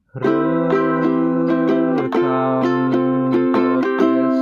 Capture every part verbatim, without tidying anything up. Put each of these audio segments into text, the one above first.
Rekam podcast.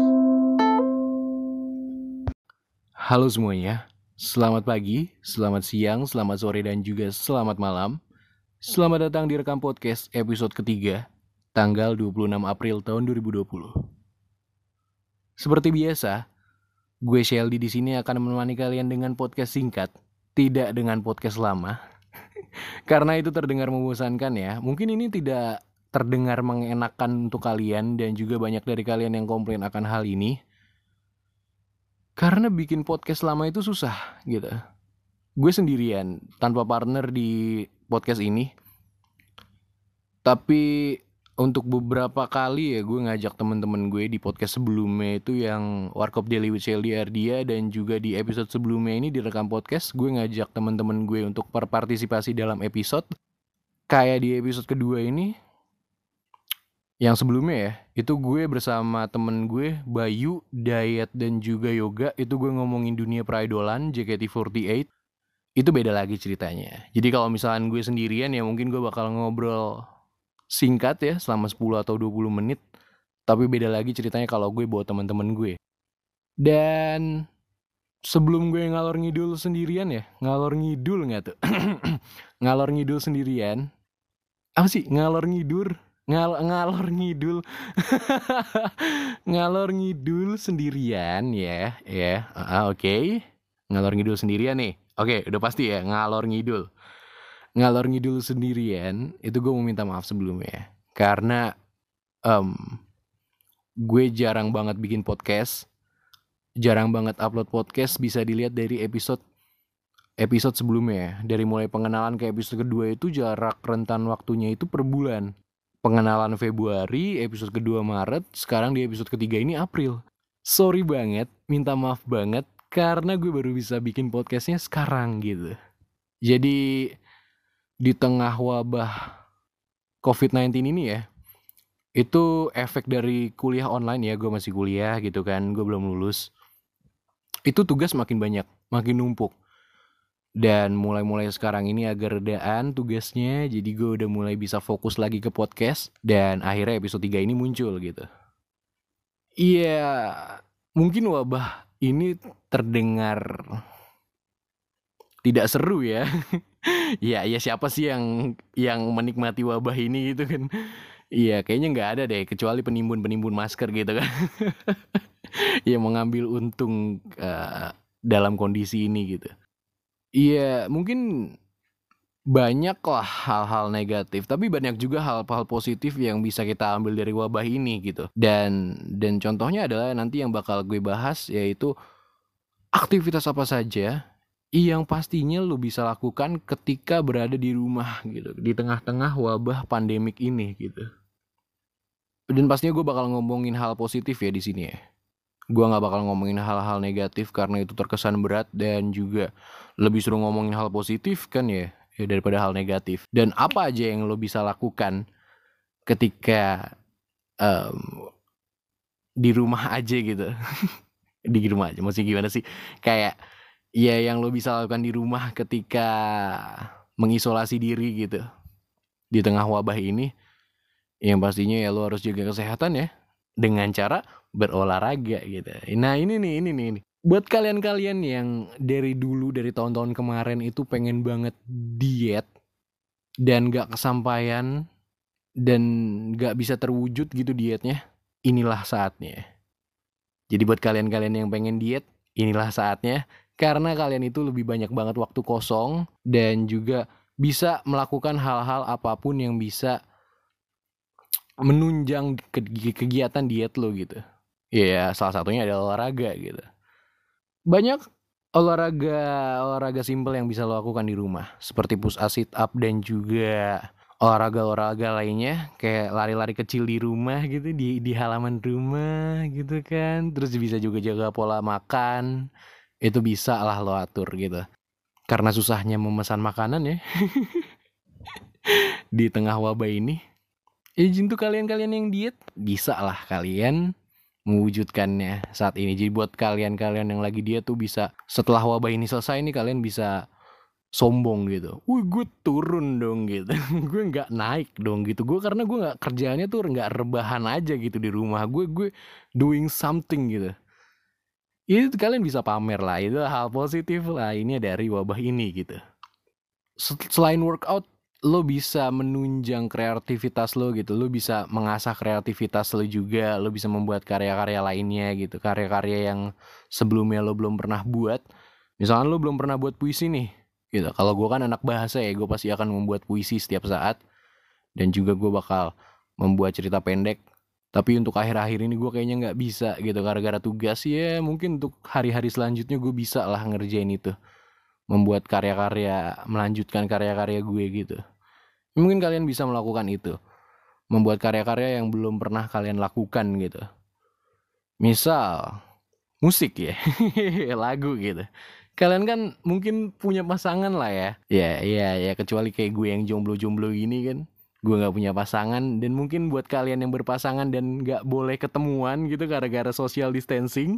Halo semuanya, selamat pagi, selamat siang, selamat sore, dan juga selamat malam. Selamat datang di Rekam Podcast episode ketiga, tanggal dua puluh enam April tahun dua ribu dua puluh. Seperti biasa, gue Sheldy di sini akan menemani kalian dengan podcast singkat, tidak dengan podcast lama. Karena itu terdengar membosankan ya. Mungkin ini tidak terdengar mengenakan untuk kalian dan juga banyak dari kalian yang komplain akan hal ini. Karena bikin podcast lama itu susah gitu. Gue sendirian tanpa partner di podcast ini. Tapi untuk beberapa kali ya gue ngajak teman-teman gue di podcast sebelumnya itu yang Warkop Daily with Sheldy Ardia, dan juga di episode sebelumnya ini di Rekam Podcast gue ngajak teman-teman gue untuk berpartisipasi dalam episode. Kayak di episode kedua ini, yang sebelumnya ya, itu gue bersama temen gue Bayu, Diet, dan juga Yoga. Itu gue ngomongin dunia peridolan J K T empat delapan. Itu beda lagi ceritanya. Jadi kalau misalkan gue sendirian ya mungkin gue bakal ngobrol singkat ya selama sepuluh atau dua puluh menit. Tapi beda lagi ceritanya kalau gue bawa teman-teman gue. Dan sebelum gue ngalor ngidul sendirian ya, ngalor ngidul nggak tuh? Ngalor ngidul sendirian. Apa sih ngalor ngidur? Ngal ngalor ngidul. Ngalor ngidul sendirian ya, ya. Ah, oke. Okay. Ngalor ngidul sendirian nih. Oke, okay, udah pasti ya ngalor ngidul. Ngalor ngidul sendirian itu gue mau minta maaf sebelumnya. Karena um, gue jarang banget bikin podcast. Jarang banget upload podcast, bisa dilihat dari episode episode sebelumnya. Dari mulai pengenalan ke episode kedua itu jarak rentan waktunya itu per bulan. Pengenalan Februari, episode kedua Maret, sekarang di episode ketiga ini April. Sorry banget, minta maaf banget, karena gue baru bisa bikin podcastnya sekarang gitu. Jadi di tengah wabah covid sembilan belas ini ya, itu efek dari kuliah online ya, gue masih kuliah gitu kan, gue belum lulus. Itu tugas makin banyak, makin numpuk. Dan mulai-mulai sekarang ini agak redaan tugasnya, jadi gue udah mulai bisa fokus lagi ke podcast. Dan akhirnya episode tiga ini muncul gitu. Iya, mungkin wabah ini terdengar tidak seru ya. Iya, ya siapa sih yang yang menikmati wabah ini gitu kan. Iya, kayaknya nggak ada deh, kecuali penimbun-penimbun masker gitu kan. Yang mengambil untung uh, dalam kondisi ini gitu. Iya, mungkin banyak lah hal-hal negatif, tapi banyak juga hal-hal positif yang bisa kita ambil dari wabah ini gitu. Dan dan contohnya adalah nanti yang bakal gue bahas, yaitu aktivitas apa saja yang pastinya lo bisa lakukan ketika berada di rumah gitu, di tengah-tengah wabah pandemik ini gitu. Dan pastinya gue bakal ngomongin hal positif ya di sini ya. Gue gak bakal ngomongin hal-hal negatif karena itu terkesan berat, dan juga lebih suruh ngomongin hal positif kan ya, ya daripada hal negatif. Dan apa aja yang lo bisa lakukan ketika um, di rumah aja gitu. Di rumah aja, maksudnya gimana sih? Kayak ya yang lo bisa lakukan di rumah ketika mengisolasi diri gitu di tengah wabah ini. Yang pastinya ya lo harus jaga kesehatan ya, dengan cara berolahraga gitu. Nah ini nih, ini nih, ini. Buat kalian-kalian yang dari dulu, dari tahun-tahun kemarin itu pengen banget diet dan gak kesampaian dan gak bisa terwujud gitu dietnya, inilah saatnya. Jadi buat kalian-kalian yang pengen diet, inilah saatnya. Karena kalian itu lebih banyak banget waktu kosong dan juga bisa melakukan hal-hal apapun yang bisa menunjang kegiatan diet lo gitu. Ya salah satunya adalah olahraga gitu. Banyak olahraga olahraga simpel yang bisa lo lakukan di rumah, seperti push up, sit up, dan juga olahraga-olahraga lainnya kayak lari-lari kecil di rumah gitu, di di halaman rumah gitu kan. Terus bisa juga jaga pola makan, itu bisa lah lo atur gitu. Karena susahnya memesan makanan ya di tengah wabah ini. Izin tuh kalian-kalian yang diet, bisa lah kalian mewujudkannya saat ini. Jadi buat kalian-kalian yang lagi diet tuh bisa, setelah wabah ini selesai nih, kalian bisa sombong gitu. Wih gue turun dong gitu. Gue nggak naik dong gitu. Gue karena gue nggak kerjaannya tuh nggak rebahan aja gitu di rumah. Gue gue doing something gitu. Itu kalian bisa pamer lah. Itu hal positif lah ini dari wabah ini gitu. Selain workout, lo bisa menunjang kreativitas lo gitu. Lo bisa mengasah kreativitas lo juga. Lo bisa membuat karya-karya lainnya gitu. Karya-karya yang sebelumnya lo belum pernah buat. Misalkan lo belum pernah buat puisi nih gitu. Kalau gue kan anak bahasa ya, gue pasti akan membuat puisi setiap saat. Dan juga gue bakal membuat cerita pendek. Tapi untuk akhir-akhir ini gue kayaknya nggak bisa gitu. Gara-gara tugas ya mungkin untuk hari-hari selanjutnya gue bisa lah ngerjain itu. Membuat karya-karya, melanjutkan karya-karya gue gitu. Mungkin kalian bisa melakukan itu. Membuat karya-karya yang belum pernah kalian lakukan gitu. Misal, musik ya. Lagu gitu. Kalian kan mungkin punya pasangan lah ya. Ya, ya, ya kecuali kayak gue yang jomblo-jomblo gini kan. Gue gak punya pasangan. Dan mungkin buat kalian yang berpasangan dan gak boleh ketemuan gitu gara-gara social distancing.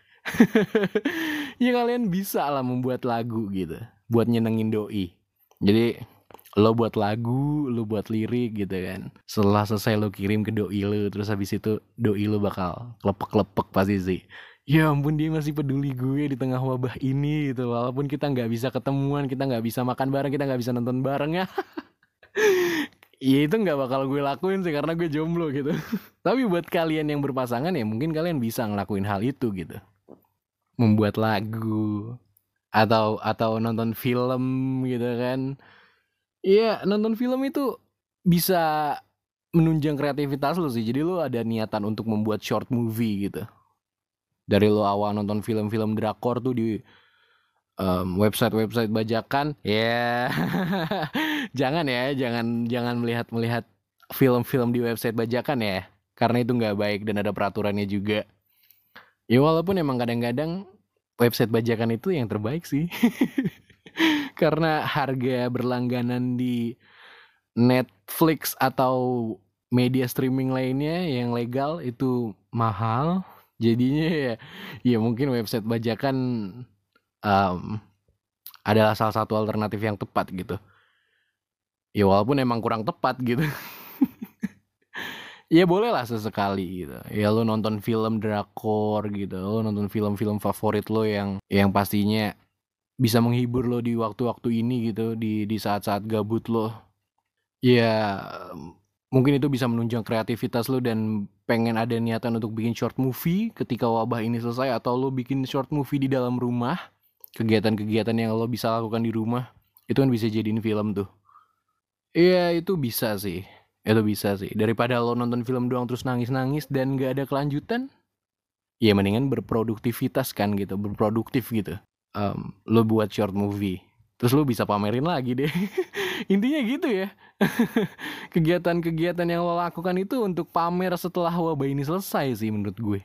Ya kalian bisa lah membuat lagu gitu. Buat nyenengin doi. Jadi lo buat lagu, lo buat lirik gitu kan. Setelah selesai lo kirim ke doi lo. Terus habis itu doi lo bakal lepek-lepek pasti sih. Ya ampun dia masih peduli gue di tengah wabah ini gitu. Walaupun kita gak bisa ketemuan, kita gak bisa makan bareng, kita gak bisa nonton bareng ya. Ya itu gak bakal gue lakuin sih karena gue jomblo gitu. Tapi buat kalian yang berpasangan ya mungkin kalian bisa ngelakuin hal itu gitu. Membuat lagu atau atau nonton film gitu kan. Iya nonton film itu bisa menunjang kreativitas lo sih. Jadi lo ada niatan untuk membuat short movie gitu. Dari lo awal nonton film-film drakor tuh di um, website-website bajakan, ya yeah. Jangan ya, jangan jangan melihat melihat film-film di website bajakan ya, karena itu nggak baik dan ada peraturannya juga. Ya walaupun emang kadang-kadang website bajakan itu yang terbaik sih, karena harga berlangganan di Netflix atau media streaming lainnya yang legal itu mahal. Jadinya ya, ya mungkin website bajakan um, adalah salah satu alternatif yang tepat gitu. Ya walaupun emang kurang tepat gitu. Ya boleh lah sesekali gitu. Ya lo nonton film drakor gitu. Lo nonton film-film favorit lo yang yang pastinya bisa menghibur lo di waktu-waktu ini gitu. Di di saat-saat gabut lo. Ya mungkin itu bisa menunjang kreativitas lo dan pengen ada niatan untuk bikin short movie ketika wabah ini selesai. Atau lo bikin short movie di dalam rumah. Kegiatan-kegiatan yang lo bisa lakukan di rumah. Itu kan bisa jadiin film tuh. Iya itu bisa sih. Itu bisa sih. Daripada lo nonton film doang terus nangis-nangis dan gak ada kelanjutan. Ya mendingan berproduktivitas kan gitu. Berproduktif gitu. Um, lo buat short movie. Terus lo bisa pamerin lagi deh. Intinya gitu ya. Kegiatan-kegiatan yang lo lakukan itu untuk pamer setelah wabah ini selesai sih menurut gue.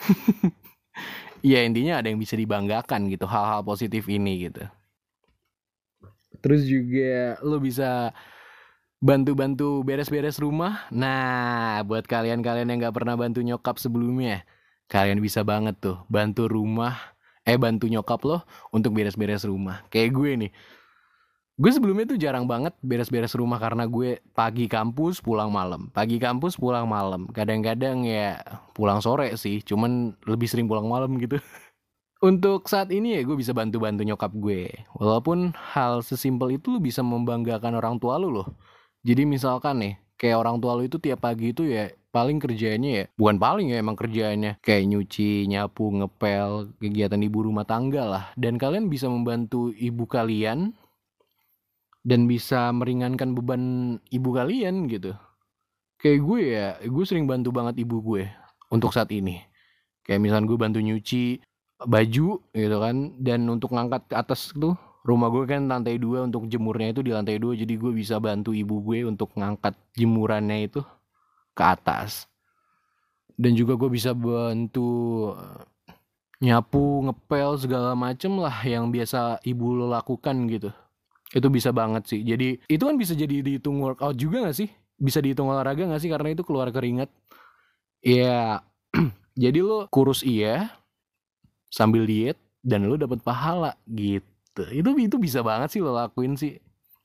Ya intinya ada yang bisa dibanggakan gitu. Hal-hal positif ini gitu. Terus juga lo bisa bantu-bantu beres-beres rumah. Nah buat kalian-kalian yang gak pernah bantu nyokap sebelumnya, kalian bisa banget tuh bantu rumah. Eh bantu nyokap lo untuk beres-beres rumah. Kayak gue nih. Gue sebelumnya tuh jarang banget beres-beres rumah karena gue pagi kampus pulang malam. Pagi kampus pulang malam. Kadang-kadang ya pulang sore sih. Cuman lebih sering pulang malam gitu. Untuk saat ini ya gue bisa bantu-bantu nyokap gue. Walaupun hal sesimpel itu lu bisa membanggakan orang tua lu loh. Jadi misalkan nih, kayak orang tua lu itu tiap pagi itu ya paling kerjanya ya. Bukan paling ya emang kerjanya. Kayak nyuci, nyapu, ngepel, kegiatan ibu rumah tangga lah. Dan kalian bisa membantu ibu kalian. Dan bisa meringankan beban ibu kalian gitu. Kayak gue ya, gue sering bantu banget ibu gue untuk saat ini. Kayak misalkan gue bantu nyuci baju gitu kan. Dan untuk ngangkat ke atas tuh, rumah gue kan lantai dua, untuk jemurnya itu di lantai dua. Jadi gue bisa bantu ibu gue untuk ngangkat jemurannya itu ke atas. Dan juga gue bisa bantu nyapu, ngepel, segala macem lah yang biasa ibu lo lakukan gitu. Itu bisa banget sih. Jadi itu kan bisa jadi dihitung workout juga gak sih? Bisa dihitung olahraga gak sih? Karena itu keluar keringat. Iya. Jadi lo kurus iya, sambil diet, dan lo dapet pahala gitu. gitu. Itu itu bisa banget sih lo lakuin sih.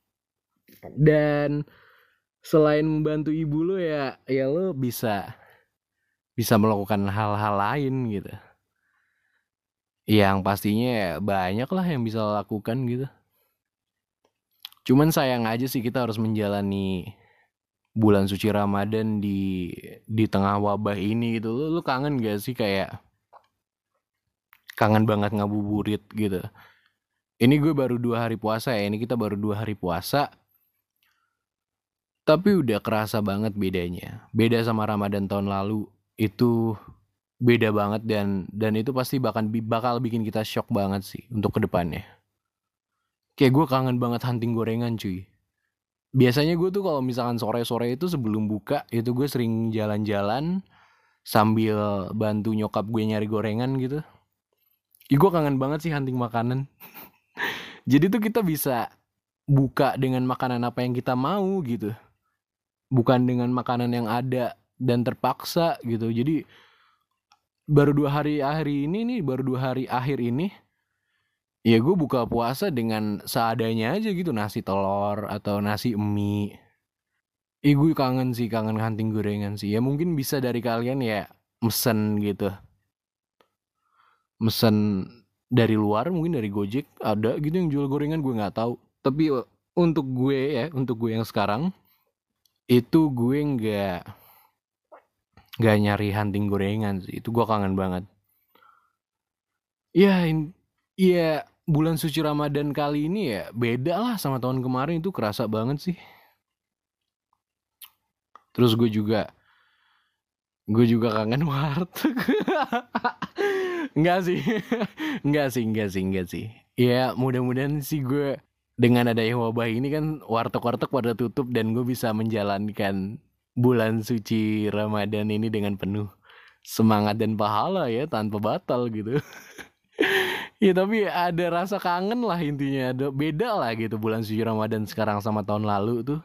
Dan selain membantu ibu lo ya, ya lo bisa bisa melakukan hal-hal lain gitu. Yang pastinya ya banyak lah yang bisa lo lakukan gitu. Cuman sayang aja sih kita harus menjalani bulan suci Ramadan di di tengah wabah ini gitu. Lu, lu kangen gak sih kayak kangen banget ngabuburit gitu. Ini gue baru dua hari puasa ya. Ini kita baru dua hari puasa. Tapi udah kerasa banget bedanya. Beda sama Ramadan tahun lalu. Itu beda banget dan dan itu pasti bakal bakal bikin kita shock banget sih untuk kedepannya. Kayak gue kangen banget hunting gorengan cuy. Biasanya gue tuh kalau misalkan sore-sore itu sebelum buka itu gue sering jalan-jalan sambil bantu nyokap gue nyari gorengan gitu. Ih, gue kangen banget sih hunting makanan. Jadi tuh kita bisa buka dengan makanan apa yang kita mau gitu. Bukan dengan makanan yang ada dan terpaksa gitu. Jadi baru dua hari akhir ini nih, baru dua hari akhir ini ya gue buka puasa dengan seadanya aja gitu, nasi telur atau nasi mie. Ih gue kangen sih, kangen hunting gorengan sih. Ya mungkin bisa dari kalian ya mesen gitu. Mesen dari luar, mungkin dari Gojek ada gitu yang jual gorengan, gue nggak tahu. Tapi untuk gue ya, untuk gue yang sekarang itu gue nggak nggak nyari hunting gorengan sih. Itu gue kangen banget. Ya, in, ya bulan suci Ramadan kali ini ya beda lah sama tahun kemarin, itu kerasa banget sih. Terus gue juga gue juga kangen warteg. Enggak sih. Enggak sih, enggak sih, enggak sih. Ya mudah-mudahan sih gue dengan adanya wabah ini kan warteg-warteg pada tutup dan gue bisa menjalankan bulan suci Ramadan ini dengan penuh semangat dan pahala ya, tanpa batal gitu. Ya tapi ada rasa kangen lah intinya, ada beda lah gitu bulan suci Ramadan sekarang sama tahun lalu tuh.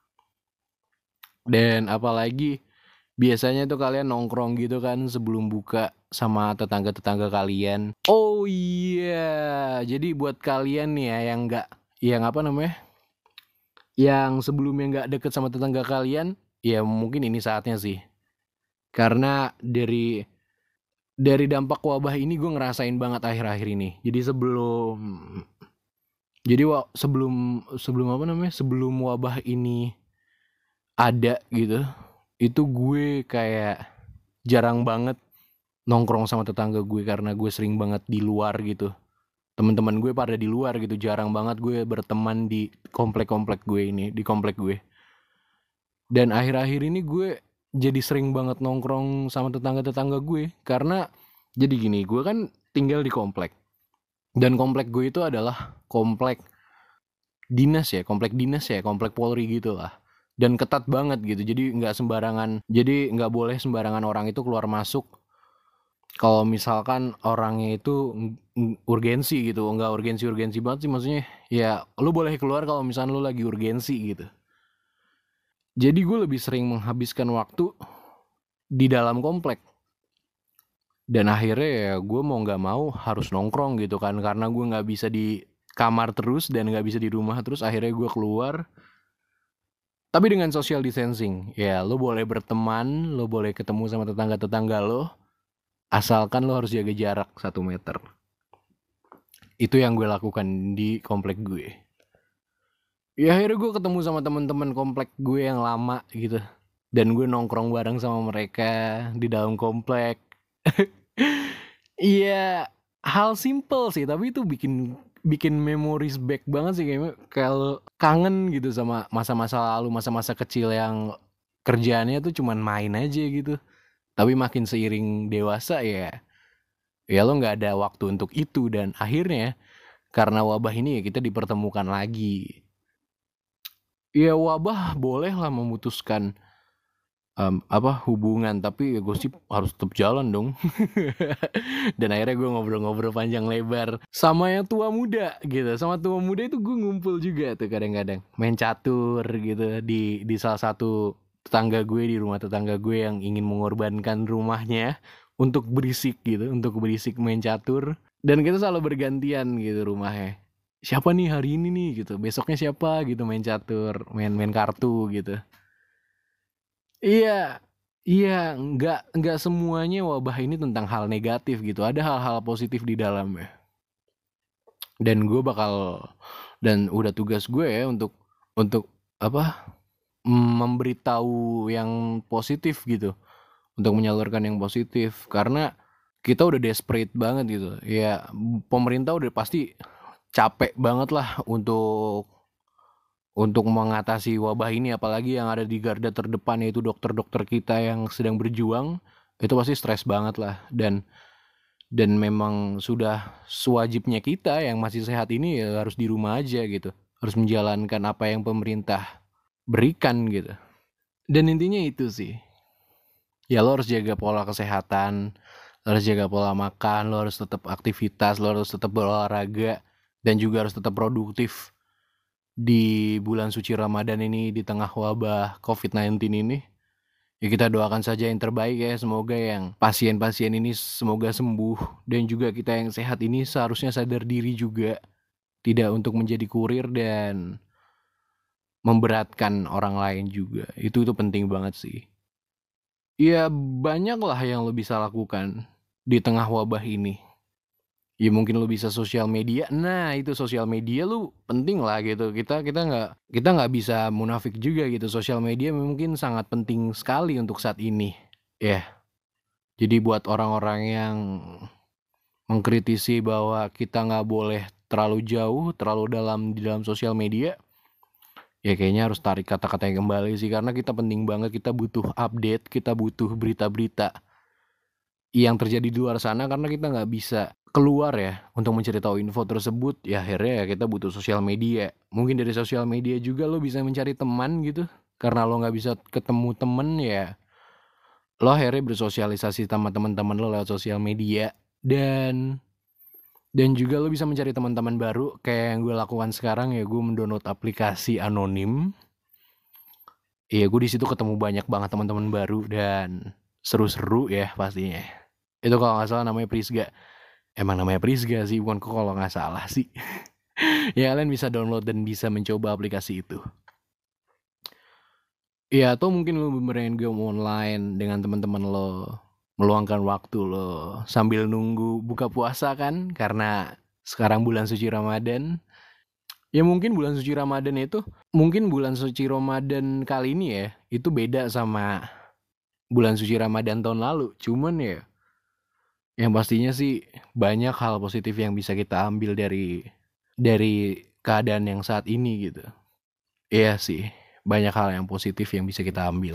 Dan apalagi biasanya tuh kalian nongkrong gitu kan sebelum buka sama tetangga-tetangga kalian. Oh iya, jadi buat kalian nih ya yang nggak, yang apa namanya, yang sebelumnya nggak deket sama tetangga kalian, ya mungkin ini saatnya sih. Karena dari dari dampak wabah ini gue ngerasain banget akhir-akhir ini. Jadi sebelum jadi wa, sebelum sebelum apa namanya, sebelum wabah ini ada gitu, itu gue kayak jarang banget nongkrong sama tetangga gue karena gue sering banget di luar gitu. Teman-teman gue pada di luar gitu, jarang banget gue berteman di komplek-komplek gue ini, di komplek gue. Dan akhir-akhir ini gue jadi sering banget nongkrong sama tetangga-tetangga gue karena jadi gini, gue kan tinggal di komplek. Dan komplek gue itu adalah komplek dinas ya, komplek dinas ya, komplek Polri gitu lah. Dan ketat banget gitu, jadi nggak sembarangan, jadi nggak boleh sembarangan orang itu keluar masuk. Kalau misalkan orangnya itu urgensi gitu, nggak urgensi-urgensi banget sih maksudnya. Ya lu boleh keluar kalau misalkan lu lagi urgensi gitu. Jadi gue lebih sering menghabiskan waktu di dalam komplek. Dan akhirnya ya gue mau gak mau harus nongkrong gitu kan. Karena gue gak bisa di kamar terus dan gak bisa di rumah terus, akhirnya gue keluar. Tapi dengan social distancing. Ya lo boleh berteman, lo boleh ketemu sama tetangga-tetangga lo, asalkan lo harus jaga jarak satu meter. Itu yang gue lakukan di komplek gue. Ya akhirnya gue ketemu sama teman-teman komplek gue yang lama gitu. Dan gue nongkrong bareng sama mereka di dalam komplek. Iya, hal simple sih, tapi itu bikin bikin memories back banget sih, kayaknya kalau kangen gitu sama masa-masa lalu, masa-masa kecil yang kerjaannya tuh cuman main aja gitu. Tapi makin seiring dewasa ya, ya lo nggak ada waktu untuk itu, dan akhirnya karena wabah ini ya kita dipertemukan lagi. Ya wabah boleh lah memutuskan um, apa hubungan, tapi ya gue sih harus tetap jalan dong. Dan akhirnya gue ngobrol-ngobrol panjang lebar sama yang tua muda gitu. Sama tua muda itu gue ngumpul juga tuh kadang-kadang main catur gitu di di salah satu tetangga gue, di rumah tetangga gue yang ingin mengorbankan rumahnya untuk berisik gitu, untuk berisik main catur. Dan kita selalu bergantian gitu rumahnya. siapa nih hari ini nih gitu, besoknya siapa gitu main catur, main main kartu gitu. Iya, iya, nggak nggak semuanya wabah ini tentang hal negatif gitu. Ada hal-hal positif di dalamnya. Dan gue bakal dan udah tugas gue ya untuk untuk apa mm, memberitahu yang positif gitu, untuk menyalurkan yang positif karena kita udah desperate banget gitu. Ya pemerintah udah pasti capek banget lah untuk untuk mengatasi wabah ini, apalagi yang ada di garda terdepan yaitu dokter-dokter kita yang sedang berjuang. Itu pasti stres banget lah, dan dan memang sudah sewajibnya kita yang masih sehat ini ya harus di rumah aja gitu, harus menjalankan apa yang pemerintah berikan gitu. Dan intinya itu sih, ya lo harus jaga pola kesehatan, lo harus jaga pola makan, lo harus tetap aktivitas, lo harus tetap berolahraga, dan juga harus tetap produktif di bulan suci Ramadan ini, di tengah wabah covid sembilan belas ini. Ya kita doakan saja yang terbaik ya, semoga yang pasien-pasien ini semoga sembuh, dan juga kita yang sehat ini seharusnya sadar diri juga, tidak untuk menjadi kurir dan memberatkan orang lain juga. Itu itu penting banget sih. Ya banyak lah yang lo bisa lakukan di tengah wabah ini. Ya mungkin lu bisa sosial media. Nah itu sosial media lu penting lah gitu. Kita kita nggak kita nggak bisa munafik juga gitu. Sosial media mungkin sangat penting sekali untuk saat ini. Ya. Yeah. Jadi buat orang-orang yang mengkritisi bahwa kita nggak boleh terlalu jauh, terlalu dalam di dalam sosial media, ya kayaknya harus tarik kata-katanya kembali sih, karena kita penting banget, kita butuh update, kita butuh berita-berita yang terjadi di luar sana, karena kita nggak bisa keluar ya untuk mencari tahu info tersebut. Ya akhirnya ya kita butuh sosial media. Mungkin dari sosial media juga lo bisa mencari teman gitu, karena lo nggak bisa ketemu temen ya lo akhirnya bersosialisasi sama teman-teman lo lewat sosial media. Dan dan juga lo bisa mencari teman-teman baru kayak yang gue lakukan sekarang ya, gue mendownload aplikasi Anonim. Iya, gue di situ ketemu banyak banget teman-teman baru dan seru-seru ya pastinya. Itu kalau nggak salah namanya Prisga. Emang namanya Prisga sih, bukan kok kalau nggak salah sih. Ya kalian bisa download dan bisa mencoba aplikasi itu. Ya atau mungkin lo bermain game online dengan teman-teman lo, meluangkan waktu lo sambil nunggu buka puasa kan, karena sekarang bulan suci Ramadan. Ya mungkin bulan suci Ramadan itu, mungkin bulan suci Ramadan kali ini ya, itu beda sama bulan suci Ramadan tahun lalu. Cuman ya, yang pastinya sih banyak hal positif yang bisa kita ambil dari dari keadaan yang saat ini gitu. Iya sih, banyak hal yang positif yang bisa kita ambil.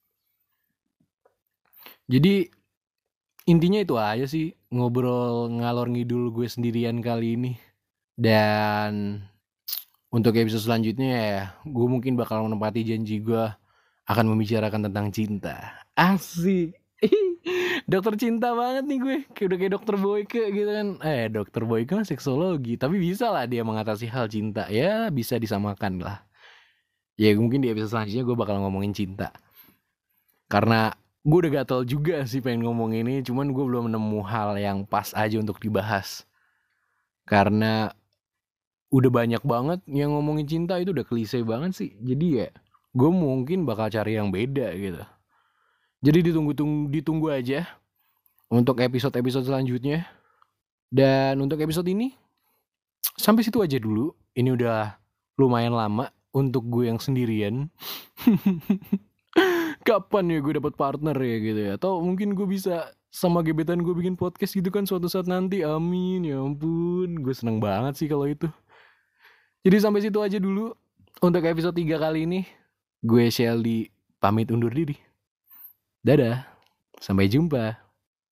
Jadi intinya itu aja sih, ngobrol ngalor ngidul gue sendirian kali ini. Dan untuk episode selanjutnya ya, gue mungkin bakal menepati janji gue akan membicarakan tentang cinta. Asik. Dokter cinta banget nih gue. Kayak udah kayak dokter Boyke gitu kan. Eh dokter Boyke kan seksologi, tapi bisa lah dia mengatasi hal cinta. Ya bisa disamakan lah. Ya mungkin di episode selanjutnya gue bakal ngomongin cinta. Karena gue udah gatel juga sih pengen ngomong ini, cuman gue belum nemu hal yang pas aja untuk dibahas. Karena udah banyak banget yang ngomongin cinta, itu udah klise banget sih. Jadi ya gue mungkin bakal cari yang beda gitu. Jadi ditunggu-tunggu ditunggu aja untuk episode-episode selanjutnya. Dan untuk episode ini sampai situ aja dulu. Ini udah lumayan lama untuk gue yang sendirian. Kapan ya gue dapat partner ya gitu ya. Atau mungkin gue bisa sama gebetan gue bikin podcast gitu kan suatu saat nanti. Amin, ya ampun. Gue seneng banget sih kalau itu. Jadi sampai situ aja dulu untuk episode tiga kali ini. Gue Shelly pamit undur diri. Dadah, sampai jumpa.